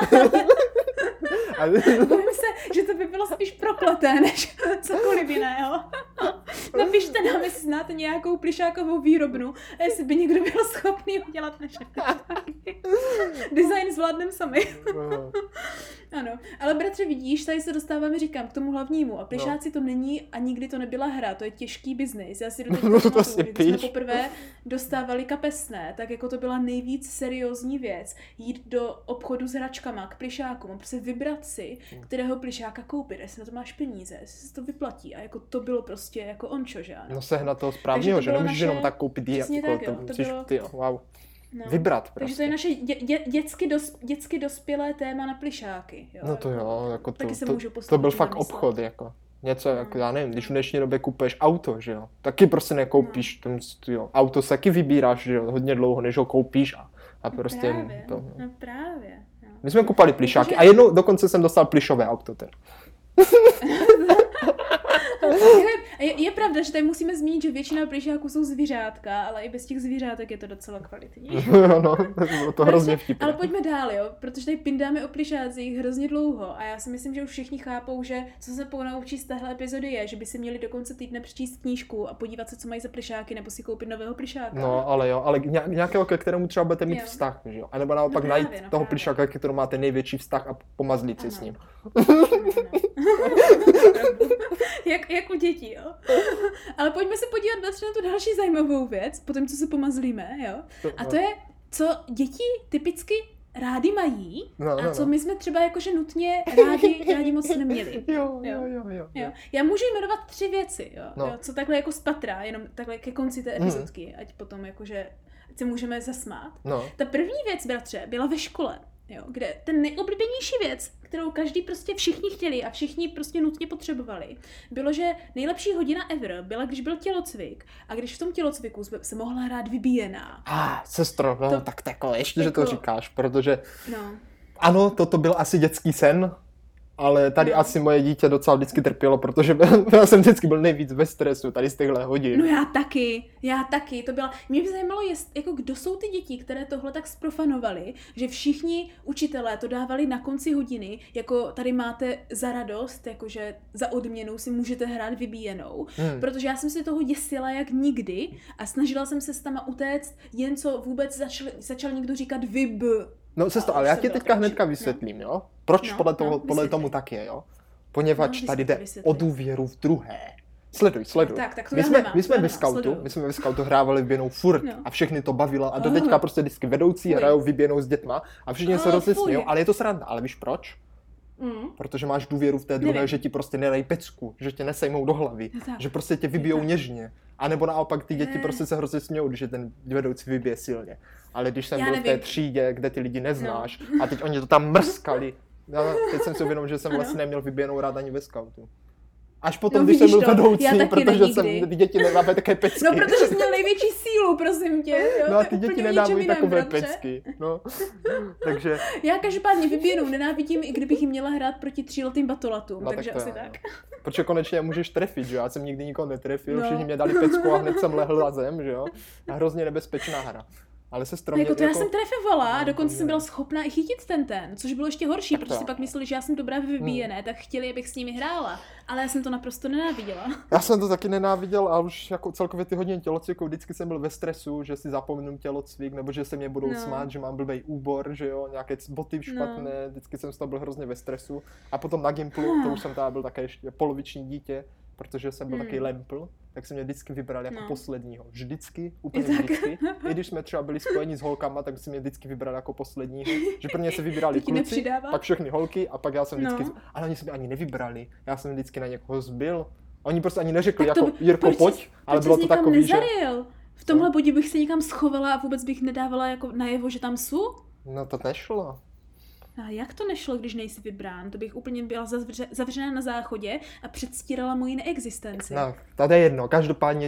Bojím se, že to by bylo spíš prokleté, než cokoliv jiného. Napište nám, jestli znáte nějakou plišákovou výrobnu a jestli by někdo byl schopný udělat naše plišáky. Design zvládnem sami. Ano, ale bratře, vidíš, tady se dostáváme, říkám, k tomu hlavnímu. A plišáci to není a nikdy to nebyla hra, to je těžký biznis. Já si do teď pamatuju, když jsme poprvé dostávali kapesné, tak jako to byla nejvíc seriózní věc. Jít do obchodu s hračkama k plišákům a prostě vybrat si, kterého plišáka koupit, jestli na to máš peníze, jestli se to vyplatí. A jako to bylo prostě jako ončo, že ano. No sehnat toho správného, že nemůžeš jenom tak koupit wow. No. Vybrat prostě. Takže to je naše dětsky dospělé téma na plišáky. Jo? No to jo, jako to byl fakt obchod, jako. Něco, jako já nevím, když v dnešní době kupuješ auto, že jo, taky prostě nekoupíš, auto se taky vybíráš, že jo, hodně dlouho, než ho koupíš a prostě právě, to. No právě. No. My jsme kupovali plišáky a jednou dokonce jsem dostal plišové auto ten. Je pravda, že tady musíme zmínit, že většina plišáků jsou zvířátka, ale i bez těch zvířátek je to docela kvalitní. No, to hrozně vtipné. Ale pojďme dál, jo, protože tady pindáme o plišácích hrozně dlouho a já si myslím, že už všichni chápou, že co se ponaučí z téhle epizody je, že by si měli do konce týdne přečíst knížku a podívat se, co mají za plišáky, nebo si koupit nového plišáka. No, ale nějakého, ke kterému třeba budete mít vztah, že jo? A nebo naopak najít toho plišáka, ke kterému máte největší vztah a pomazlit si s ním. Jak u dětí, jo. Ale pojďme se podívat na tu další zajímavou věc, po tom, co se pomazlíme, jo. A to je, co děti typicky rády mají a co my jsme třeba jakože nutně rádi moc neměli. Jo. Já můžu jmenovat 3 věci, jo, co takhle jako spatrá, jenom takhle ke konci té epizodky, ať potom jakože se můžeme zasmát. No. Ta první věc, bratře, byla ve škole. Jo, kde ten nejoblíbenější věc, kterou každý prostě všichni chtěli a všichni prostě nutně potřebovali, bylo, že nejlepší hodina ever byla, když byl tělocvik a když v tom tělocviku se mohla hrát vybíjená. Sestro, tak takhle, ještě, že to říkáš, protože ano, toto byl asi dětský sen, ale tady asi moje dítě docela vždycky trpělo, protože já jsem vždycky byl nejvíc ve stresu tady z těchto hodin. No já taky, to byla, mě by zajímalo, jako kdo jsou ty děti, které tohle tak zprofanovali, že všichni učitelé to dávali na konci hodiny, jako tady máte za radost, jakože za odměnu si můžete hrát vybíjenou, protože já jsem si toho děsila jak nikdy a snažila jsem se s tama utéct, jen co vůbec začal někdo říkat vyb. No sestro, ale já ti teďka hnedka vysvětlím, jo? Proč podle tomu tak je, jo? Poněvadž tady jde o důvěru v druhé. Sleduj. Tak to my jsme ve skautu hrávali vyběnou furt a všechny to bavilo a do teďka prostě vždycky vedoucí hrajou vyběnou s dětma a všichni se rozesmějou, ale je to sranda, ale víš proč? Protože máš důvěru v té druhé, že ti prostě nedají pecku, že tě nesejmou do hlavy, že prostě tě vybijou něžně. A nebo naopak ty děti prostě se hrozně smějou, když je ten vedoucí vybije silně. Ale když jsem byl v té třídě, kde ty lidi neznáš a teď oni to tam mrskali. Teď jsem si uvědomil, že jsem vlastně neměl vybijenou rád ani ve skautu. Až potom, když jsem byl vedoucí, protože jsem děti nedávají také pecky. No, protože jsi měl největší sílu, prosím tě. Jo? No a ty děti nedávají takové pecky. No. Takže... Já každopádně vybíjenou nenávidím, i kdybych jim měla hrát proti 3letým batolatům, takže tak asi tak. Protože konečně můžeš trefit, že jo? Já jsem nikdy nikoho netrefil, všichni mě dali pecku a hned jsem lehl na zem, že jo? A hrozně nebezpečná hra. Ale se stromě, jako to já jsem trefovala a dokonce jsem byla schopná i chytit ten, což bylo ještě horší, protože si pak mysleli, že já jsem dobrá vybíjené, tak chtěli, abych s nimi hrála. Ale já jsem to naprosto nenáviděla. Já jsem to taky nenáviděl a už jako celkově ty hodiny tělocviku, vždycky jsem byl ve stresu, že si zapomenu tělocvik, nebo že se mě budou smát, že mám blbej úbor, že jo, nějaké boty špatné, vždycky jsem z toho byl hrozně ve stresu. A potom na Gimplu, to už jsem byl také ještě poloviční dítě, protože jsem byl taky lempl, tak jsem mě vždycky vybral jako posledního. Úplně vždycky. I když jsme třeba byli spojeni s holkama, tak si mě vždycky vybral jako posledního. Že prvně se vybrali kluci, pak všechny holky a pak já jsem vždycky... Ale oni se mě ani nevybrali, já jsem vždycky na někoho zbyl. Oni prostě ani neřekli jako Jirko pojď, ale bylo to takový, že... V tomhle bodě bych se někam schovala a vůbec bych nedávala jako najevo, že tam jsou? No to nešlo. A jak to nešlo, když nejsi vybrán? To bych úplně byla zavřená na záchodě a předstírala moji neexistenci. No, tady je jedno. Každopádně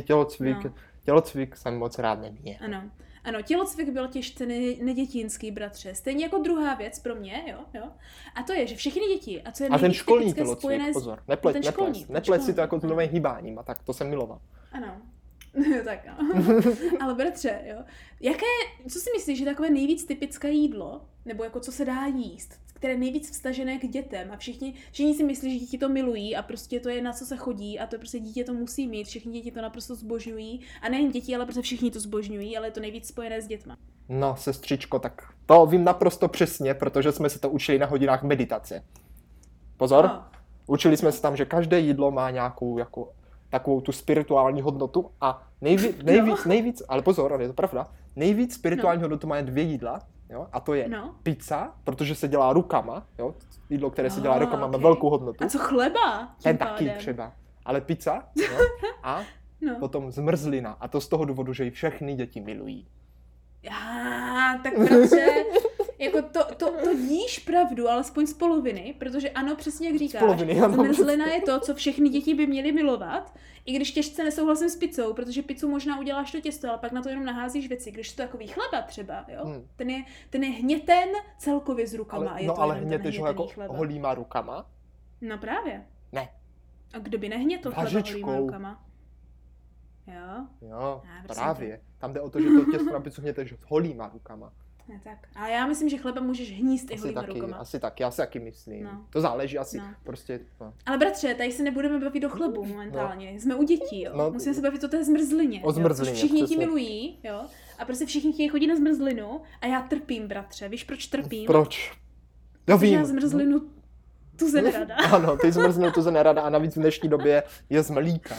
tělocvik jsem moc rád neměl. Ano, tělocvik byl těžce nedětínský, bratře. Stejně jako druhá věc pro mě, jo. A to je, že všechny děti, a co je ten školní tělocvik, pozor, nepleť si to jako s novým hýbáním, a tak to jsem miloval. Ano. Tak ale bratře, jo. Co si myslíš, že takové nejvíc typické jídlo, nebo jako co se dá jíst, které je nejvíc vztažené k dětem a všichni si myslí, že děti to milují a prostě to je na co se chodí a to prostě dítě to musí mít, všichni děti to naprosto zbožňují a nejen děti, ale prostě všichni to zbožňují, ale je to nejvíc spojené s dětma. No, sestřičko, tak to vím naprosto přesně, protože jsme se to učili na hodinách meditace. Pozor, učili jsme se tam, že každé jídlo má nějakou jako takovou tu spirituální hodnotu a nejvíc, ale pozor, ale je to pravda, nejvíc spirituální hodnotu má 2 jídla, jo, a to je pizza, protože se dělá rukama, jo, jídlo, které se dělá rukama, má velkou hodnotu. A co chleba? Ten taky třeba, ale pizza, jo, a potom zmrzlina, a to z toho důvodu, že ji všechny děti milují. Tak protože jako to díš pravdu, alespoň z poloviny, protože ano, přesně jak říkáš, zmrzlina je to, co všechny děti by měly milovat, i když těžce nesouhlasím s pizzou, protože pizzu možná uděláš to těsto, ale pak na to jenom naházíš věci, když to takový chleba třeba, jo, ten je hněten celkově s rukama. Ale hněteš ho jako holýma rukama? No právě. Ne. A kdo by nehnětl chleba holýma rukama? Jo, právě. Tam jde o to, že to těsto na pizzu hněteš holýma rukama. Ne, tak. Ale já myslím, že chleba můžeš hníst i holýma rukama. Asi tak, já si taky myslím. No. To záleží asi, prostě. No. Ale bratře, tady se nebudeme bavit o chlebu momentálně. Jsme u dětí, jo. No, musíme se bavit o té zmrzlině. O zmrzlině, jo? Všichni ti milují, jo. A prostě všichni chtějí chodit na zmrzlinu a já trpím, bratře. Víš, proč trpím? Proč? Já vím. Já zmrzlinu tuze nerada. Ano, ty zmrzlinu tuze nerada a navíc v dnešní době je z mlíka.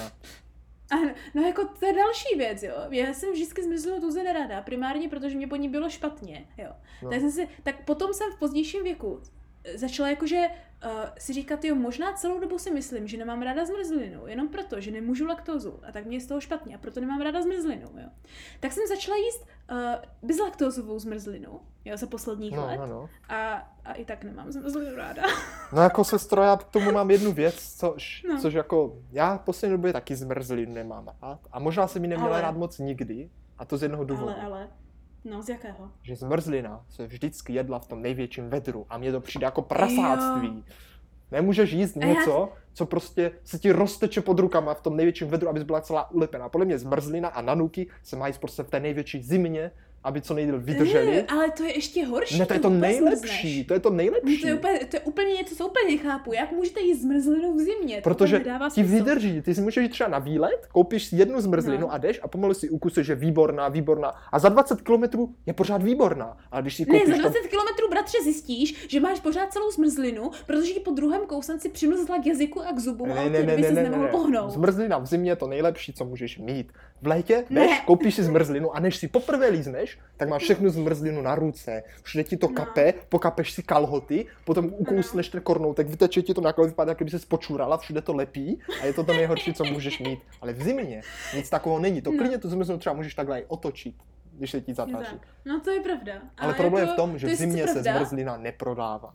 No jako to je další věc, jo. Já jsem vždycky zmrzlinu tuze nerada, primárně protože mě po ní bylo špatně, jo. No. Tak potom jsem v pozdějším věku začala jakože si říkat, jo, možná celou dobu si myslím, že nemám ráda zmrzlinu, jenom proto, že nemůžu laktózu a tak mě je z toho špatně a proto nemám ráda zmrzlinu, jo. Tak jsem začala jíst bezlaktózovou zmrzlinu, jo, za posledních let. No. A i tak nemám zmrzlinu ráda. No jako sestro, já k tomu mám jednu věc, což jako, já v poslední době taky zmrzlinu nemám rád a možná jsem ji neměla rád moc nikdy a to z jednoho důvodu. No, z jakého? Že zmrzlina se vždycky jedla v tom největším vedru a mně to přijde jako prasáctví. Nemůžeš jíst něco, co prostě se ti rozteče pod rukama v tom největším vedru, abys byla celá ulepená. Podle mě zmrzlina a nanuky se mají prostě v té největší zimě, aby co nejdéle vydrželi. Ale to je ještě horší. Ne, to je to nejlepší. To je to nejlepší. To je úplně něco, co úplně nechápu. Jak můžete jíst zmrzlinu v zimě? Protože ti vydrží. Ty si můžeš jít třeba na výlet, koupíš si jednu zmrzlinu a jdeš a pomalu si ukusíš, že výborná. A za 20 kilometrů je pořád výborná. A když si koupíš za 20 kilometrů, bratře, zjistíš, že máš pořád celou zmrzlinu, protože ti po druhém kousnci přimrzla k jazyku a k zubům a ty ses nemohl pohnout. Zmrzlina v zimě je to nejlepší, co můžeš mít. V létě jdeš, koupíš si zmrzlinu a než si poprvé lízneš, tak máš všechnu zmrzlinu na ruce, všude ti to kape, pokapeš si kalhoty, potom ukousneš ten kornoutek, vyteče ti to na kole, vypadá, kdyby se spočurala, všude to lepí a je to nejhorší, co můžeš mít. Ale v zimě nic takového není. To klidně tu zmrzlinu třeba můžeš takhle i otočit, když se ti zatáčí. No to je pravda. Ale problém je v tom, že v zimě se zmrzlina neprodává.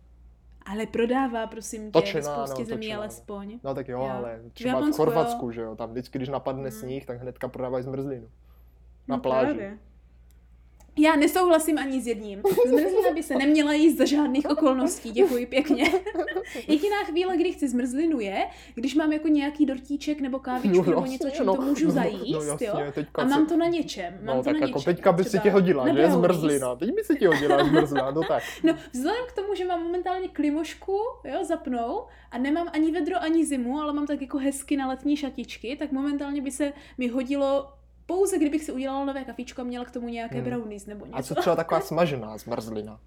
Ale prodává, prosím tě, v spoustě zemí alespoň. No tak jo, ale třeba v Chorvatsku, že jo, tam vždycky, když napadne sníh, tak hnedka prodávají zmrzlinu. Na pláži. Právě. Já nesouhlasím ani s jedním. Zmrzlina by se neměla jíst za žádných okolností, děkuji pěkně. Jediná chvíle, kdy chci zmrzlinu je, když mám jako nějaký dortíček nebo kávičku nebo něco, čím to můžu zajíst, jasně, jo? A mám to na něčem. Jako teďka by si ti hodila, že zmrzlina. Teď by si ti hodila zmrzlina, no tak. No, vzhledem k tomu, že mám momentálně klimošku, jo, zapnou a nemám ani vedro, ani zimu, ale mám tak jako hezky na letní šatičky, tak momentálně by se mi hodilo pouze kdybych si udělala nové kafíčko a měla k tomu nějaké brownies nebo něco. A co třeba taková smažená zmrzlina?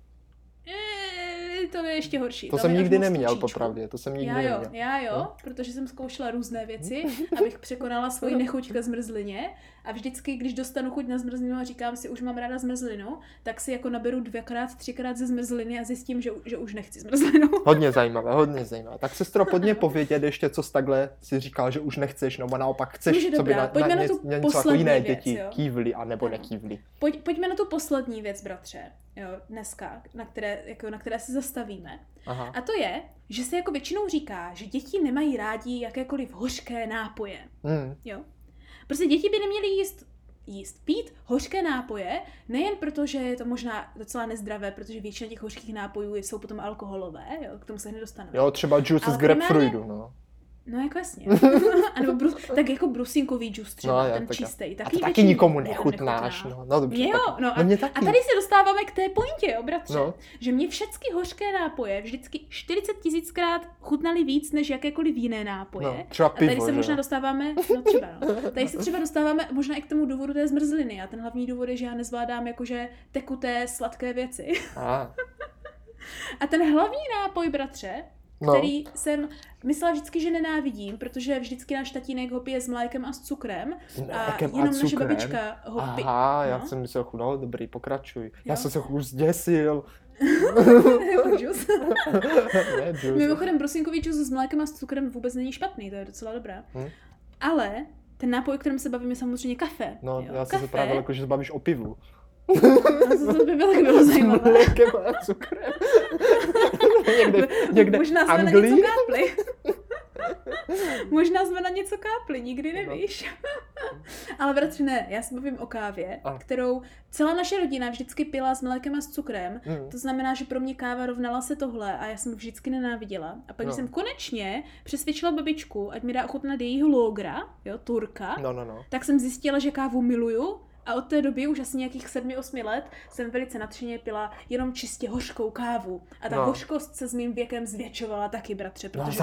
To je ještě horší. To jsem nikdy neměl, popravdě. To jsem nikdy neměl. Já jo, protože jsem zkoušela různé věci, abych překonala svoji nechuť ke zmrzlině. A vždycky, když dostanu chuť na zmrzlinu a říkám si, už mám ráda zmrzlinu, tak si jako naberu 2x, 3x ze zmrzliny a zjistím, že už nechci zmrzlinu. Hodně zajímavé. Tak sestro, pojď povědět ještě, co jsi takhle si říkal, že už nechceš, nebo naopak chceš, co by na něco jako jiné děti kývly a nebo nekývly. Pojďme na tu poslední věc, bratře, jo, dneska, na které se zastavíme. Aha. A to je, že se jako většinou říká, že děti nemají rádi jakékoliv hořké nápoje. Jo? Prostě děti by neměly pít hořké nápoje, nejen proto, že je to možná docela nezdravé, protože většina těch hořkých nápojů jsou potom alkoholové, jo, k tomu se nedostaneme. Jo, třeba juice z grapefruitu, no. No jako jasně. Tak jako brusinkový džus třeba, ten čistý. A to taky nikomu nechutnáš. No dobře. Jo, no a tady se dostáváme k té pointě, jo, bratře. No. Že mě všechny hořké nápoje vždycky 40 000krát chutnaly víc než jakékoliv jiné nápoje. No, třeba pivo, a tady se možná dostáváme, tady se třeba dostáváme možná i k tomu důvodu té zmrzliny. A ten hlavní důvod je, že já nezvládám jakože tekuté, sladké věci. A ten hlavní nápoj, bratře, který jsem myslela vždycky, že nenávidím, protože vždycky náš tatínek ho pije s mlékem a s cukrem. A jenom naše babička ho pije. Aha, já jsem myslel, no dobrý, pokračuj. Já jsem se už zděsil. Džus. Mimochodem, brusinkový džus s mlékem a s cukrem vůbec není špatný, to je docela dobré. Ale ten nápoj, o kterém se bavím, je samozřejmě kafe. No, jo? Já jsem se právě jako, že se bavíš o pivu. To by bylo zajímavé. S mlékem a cukrem. někde možná jsme Anglii? na něco kápli. Možná jsme na něco kápli, nikdy nevíš. Ale bratři, ne, já se bavím o kávě, kterou celá naše rodina vždycky pila s mlékem a s cukrem. To znamená, že pro mě káva rovnala se tohle a já jsem vždycky nenáviděla. A pak, když jsem konečně přesvědčila babičku, ať mi dá ochutnat jejího lógra, jo, Turka, tak jsem zjistila, že kávu miluju. A od té doby, už asi nějakých 7-8 let, jsem velice nadšeně pila jenom čistě hořkou kávu. A ta hořkost se s mým věkem zvětšovala taky, bratře. Protože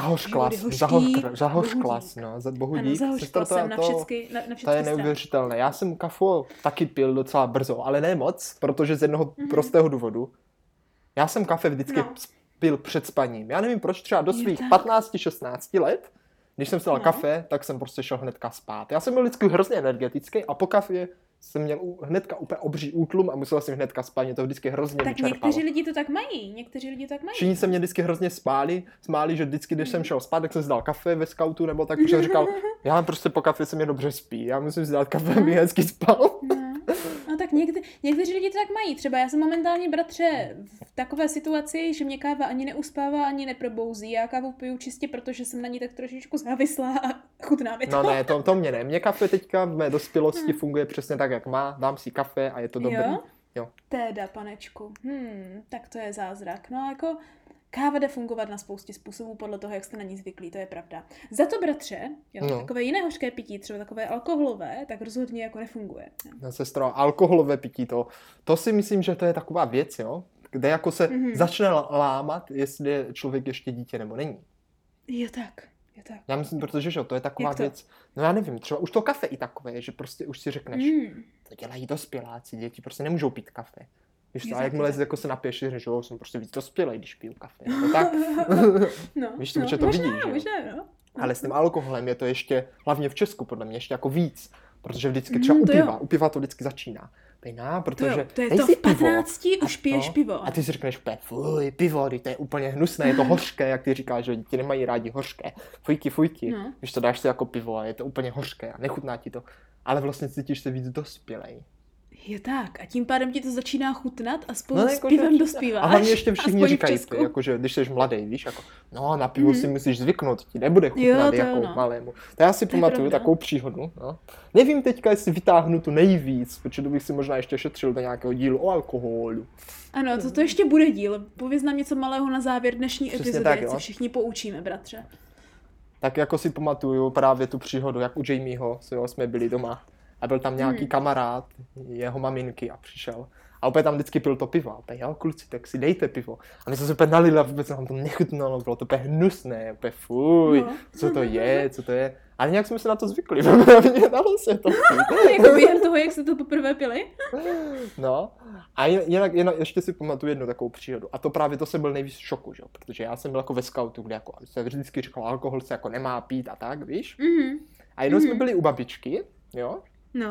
zahořklas, za bohu dík. Zahořkla jsem na všechny to je neuvěřitelné. Já jsem kafu taky pil docela brzo, ale ne moc, protože z jednoho prostého důvodu. Já jsem kafe vždycky pil před spaním. Já nevím proč, třeba do svých 15-16 let, když jsem si dal kafe, tak jsem prostě šel hnedka spát. Já jsem byl vždycky hrozně energetický a po kafě jsem měl hnedka úplně obří útlum a musel jsem hnedka spát, mě to vždycky hrozně vyčerpalo. Tak někteří lidi to tak mají, Všichni se mě vždycky hrozně smáli, že vždycky, když jsem šel spát, tak jsem si dal kafe ve skautu, nebo tak, protože jsem říkal, já prostě po kafe se mě dobře spí, já musím si dát kafe, abych hezky spal. No tak někteří lidi to tak mají. Třeba já jsem momentálně, bratře, v takové situaci, že mě káva ani neuspává, ani neprobouzí. Já kávu piju čistě, protože jsem na ní tak trošičku závislá a chutná mi to. No ne, to mě ne. Mě kafe teďka v mé dospělosti funguje přesně tak, jak má. Dám si kafe a je to dobrý. Jo. Teda, panečku. Tak to je zázrak. No jako káva jde fungovat na spoustě způsobů podle toho, jak jste na ní zvyklí, to je pravda. Za to, bratře, takové jiné hořké pití, třeba takové alkoholové, tak rozhodně jako nefunguje. No, sestro, alkoholové pití, to si myslím, že to je taková věc, jo, kde jako se začne lámat, jestli je člověk ještě dítě nebo není. Je tak. Já myslím, protože že to je taková věc, no já nevím, třeba už to kafe i takové, že prostě už si řekneš, to dělají dospěláci, děti prostě nemůžou pít kafe. Víš to, a jakmile jako se napiješ, že jo, jsem prostě víc dospělej, když piju kafe. No tak, víš to, to vidíš, že jo. Ale s tím alkoholem je to ještě, hlavně v Česku podle mě, ještě jako víc. Protože vždycky třeba u piva to vždycky začíná. Pejná, protože to je to v 15 už piješ pivo. A ty si řekneš, fuj, pivo, to je úplně hnusné, je to hořké, jak ty říkáš, že ti nemají rádi hořké. Fujky. Když to dáš si jako pivo a je to úplně hořké a nechutná ti to. Ale vlastně cítíš se víc dospělej. Je tak. A tím pádem ti to začíná chutnat a spolu s pivem dospíváš. A hlavně ještě všichni říkají, jakože když jsi mladý, víš, jako, no na pivo si musíš zvyknout, ti nebude chutnat jako malému. To já si pamatuju takovou příhodu. No. Nevím teďka, jestli vytáhnu tu nejvíc, protože to bych si možná ještě šetřil do nějakého dílu o alkoholu. Ano, to ještě bude díl. Pověz nám něco malého na závěr dnešní epizody, ať se všichni poučíme, bratře. Tak jako si pamatuju právě tu příhodu, jak u Jamieho jsme byli doma. A byl tam nějaký kamarád jeho maminky a přišel. A opět tam vždycky pil to pivo. A opět, jo, kluci, tak si dejte pivo. A my jsme se opět nalili a vůbec nám to nechutnalo, bylo to opět hnusné, opět fuj, co to je. Ale nějak jsme se na to zvykli, mě dalo se to pít. Jako během toho, jak jste to poprvé pili? No, a jinak ještě si pamatuju jednu takovou příhodu. A to právě to jsem byl nejvíc v šoku, že? Protože já jsem byl jako ve skautu, kde jako se vždycky říkal, alkohol se jako nemá pít a tak, víš? A jednou jsme byli u babičky, jo?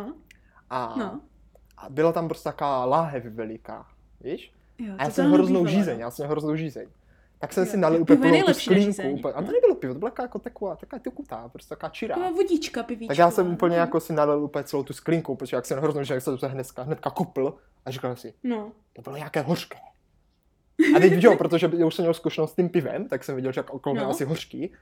A byla tam prostě taková láhev veliká, víš? Jo, a já jsem hroznou žízeň. Tak jsem si nalil úplně plnou tu sklínku. A to nebylo pivo, to byla jako taková tekutá, prostě taková čirá. Taková vodička, pivíčka. Tak já jsem úplně jako si nalil úplně celou tu sklínku, protože jak jsem hroznou žízeň, jsem se hnedka kopl a říkal si, to bylo nějaké hořké. A teď jo, protože už jsem měl zkušenost s tím pivem, tak jsem viděl, že okolo mě asi hořký.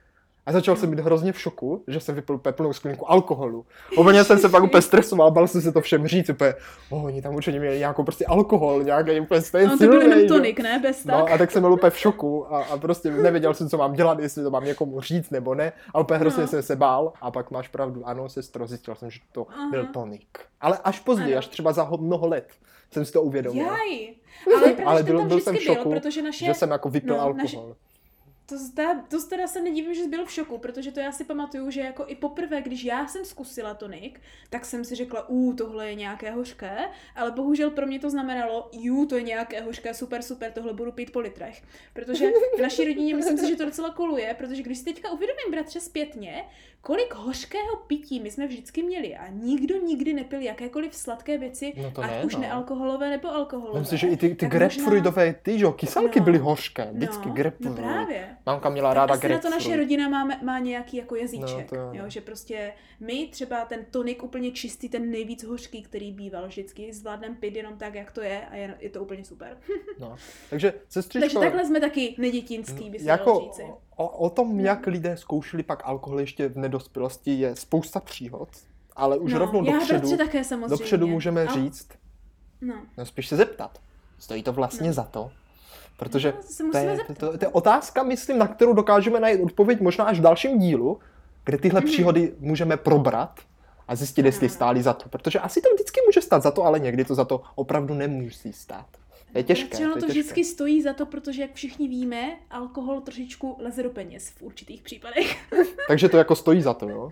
A začal jsem být hrozně v šoku, že jsem vypil plnou sklínku alkoholu. Úplně jsem se pak úplně stresoval, bál jsem se to všem říct, úplně, oni tam určitě měli nějakou prostě alkohol, nějaký úplně silný. No to byl jenom tonik, ne? Bez tak. No a tak jsem byl úplně v šoku a prostě nevěděl jsem, co mám dělat, jestli to mám někomu říct nebo ne. A úplně hrozně jsem se bál a pak máš pravdu, ano, sestro, zjistil jsem, že to byl tonik. Ale až později, až třeba za mnoho let jsem si to uvědomil. Jaj, ale byl jsem v šoku, protože že jsem jako vypil alkohol. To teda se nedívím, že jsi byl v šoku, protože to já si pamatuju, že jako i poprvé, když já jsem zkusila tonik, tak jsem si řekla, tohle je nějaké hořké, ale bohužel pro mě to znamenalo, to je nějaké hořké, super, tohle budu pít po litrech. Protože v naší rodině myslím si, že to docela koluje, protože když si teďka uvědomím, bratře, zpětně, kolik hořkého pití my jsme vždycky měli a nikdo nikdy nepil jakékoliv sladké věci, ať už nealkoholové nebo alkoholové. Myslím si, že i ty grapefruitové kyselky byly hořké, vždycky grapefruit. No právě. Mamka měla ráda grapefruit. Na to naše rodina má nějaký jako jazyček, jo, že prostě my třeba ten tonik úplně čistý, ten nejvíc hořký, který býval vždycky, zvládneme pít jenom tak, jak to je a je to úplně super. Takže sestřičko... Takže takhle jsme taky nedětinský, by se dalo říci. O tom, jak lidé zkoušeli pak alkohol ještě v nedospělosti, je spousta příhod, ale už rovnou dopředu můžeme říct, spíš se zeptat, stojí to vlastně za to? Protože to je otázka, myslím, na kterou dokážeme najít odpověď možná až v dalším dílu, kde tyhle příhody můžeme probrat a zjistit, jestli stály za to. Protože asi to vždycky může stát za to, ale někdy to za to opravdu nemusí stát. Je těžké. To vždycky stojí za to, protože jak všichni víme, alkohol trošičku leze do peněz v určitých případech. Takže to jako stojí za to, jo?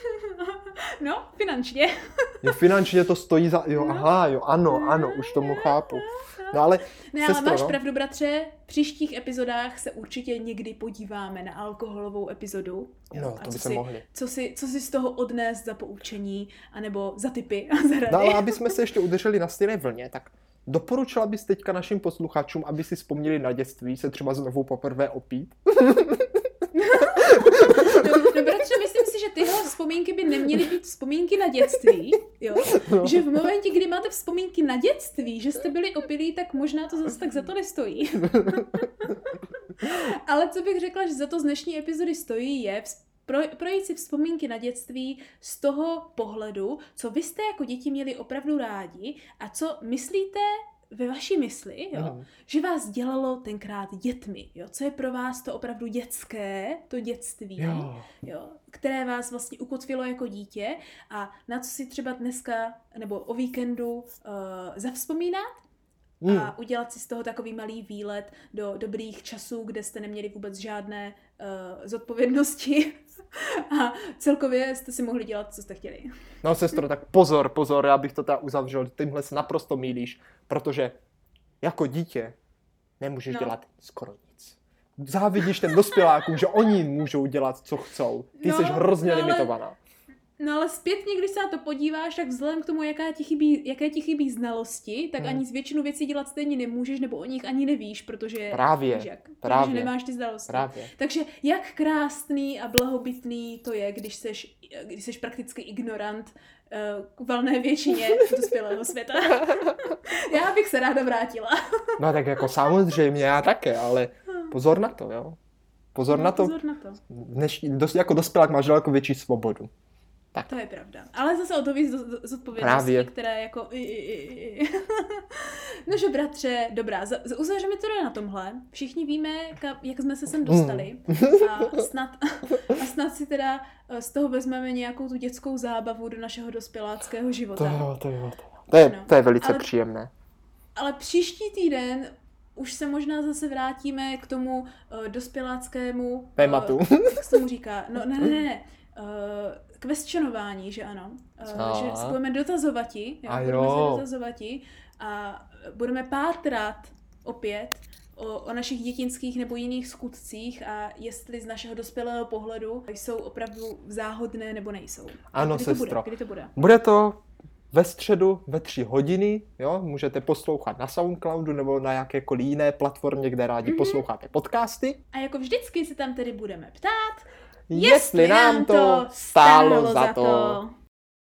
No, finančně. Finančně to stojí za... Ano, už tomu chápu. No ale máš pravdu, bratře, v příštích epizodách se určitě někdy podíváme na alkoholovou epizodu. To by se mohli. Co si z toho odnést za poučení, anebo za tipy a za rady. No ale aby jsme se ještě udrželi na stejné vlně, tak doporučila bys teďka našim posluchačům, aby si vzpomněli na dětství, se třeba znovu poprvé opít? No bratře, myslím si, že tyhle vzpomínky by neměly být vzpomínky na dětství, jo? Že v momentě, kdy máte vzpomínky na dětství, že jste byli opilí, tak možná to zase tak za to nestojí. Ale co bych řekla, že za to z dnešní epizody stojí, je projít si vzpomínky na dětství z toho pohledu, co vy jste jako děti měli opravdu rádi a co myslíte ve vaší mysli, jo, že vás dělalo tenkrát dětmi, jo, co je pro vás to opravdu dětské, to dětství, jo, které vás vlastně ukotvilo jako dítě a na co si třeba dneska nebo o víkendu zavzpomínat a udělat si z toho takový malý výlet do dobrých časů, kde jste neměli vůbec žádné zodpovědnosti a celkově jste si mohli dělat, co jste chtěli. No sestro, tak pozor, já bych to teda uzavřel, tímhle se naprosto mýlíš, protože jako dítě nemůžeš dělat skoro nic. Závidíš těm dospělákům, že oni můžou dělat, co chcou. Ty jsi hrozně limitovaná. No ale zpětně, když se na to podíváš, tak vzhledem k tomu, jaké ti chybí znalosti, tak ani z většinu věcí dělat stejně nemůžeš, nebo o nich ani nevíš, protože protože nemáš ty znalosti. Takže jak krásný a blahobytný to je, když seš prakticky ignorant k valné většině dospělého světa. Já bych se ráda vrátila. No tak jako samozřejmě, já také, ale pozor na to, jo. Pozor na to. Jako dospělák máš daleko větší svobodu. Tak. To je pravda. Ale zase o to víc zodpovědnosti, které jako... Nože bratře, dobrá, uzavřeme to na tomhle. Všichni víme, jak jsme se sem dostali. A snad si teda z toho vezmeme nějakou tu dětskou zábavu do našeho dospěláckého života. To je velice příjemné. Ale příští týden už se možná zase vrátíme k tomu dospěláckému... tématu. Jak se tomu říká? No ne. Questionování, že ano. Že se budeme dotazovati. A budeme pátrat opět o našich dětinských nebo jiných skutcích a jestli z našeho dospělého pohledu jsou opravdu záhodné nebo nejsou. Ano, sestro. Kdy to bude? Bude to ve středu ve 3 hodiny, jo? Můžete poslouchat na Soundcloudu nebo na jakékoliv jiné platformě, kde rádi posloucháte podcasty. A jako vždycky se tam tedy budeme ptát, jestli nám to stálo za to.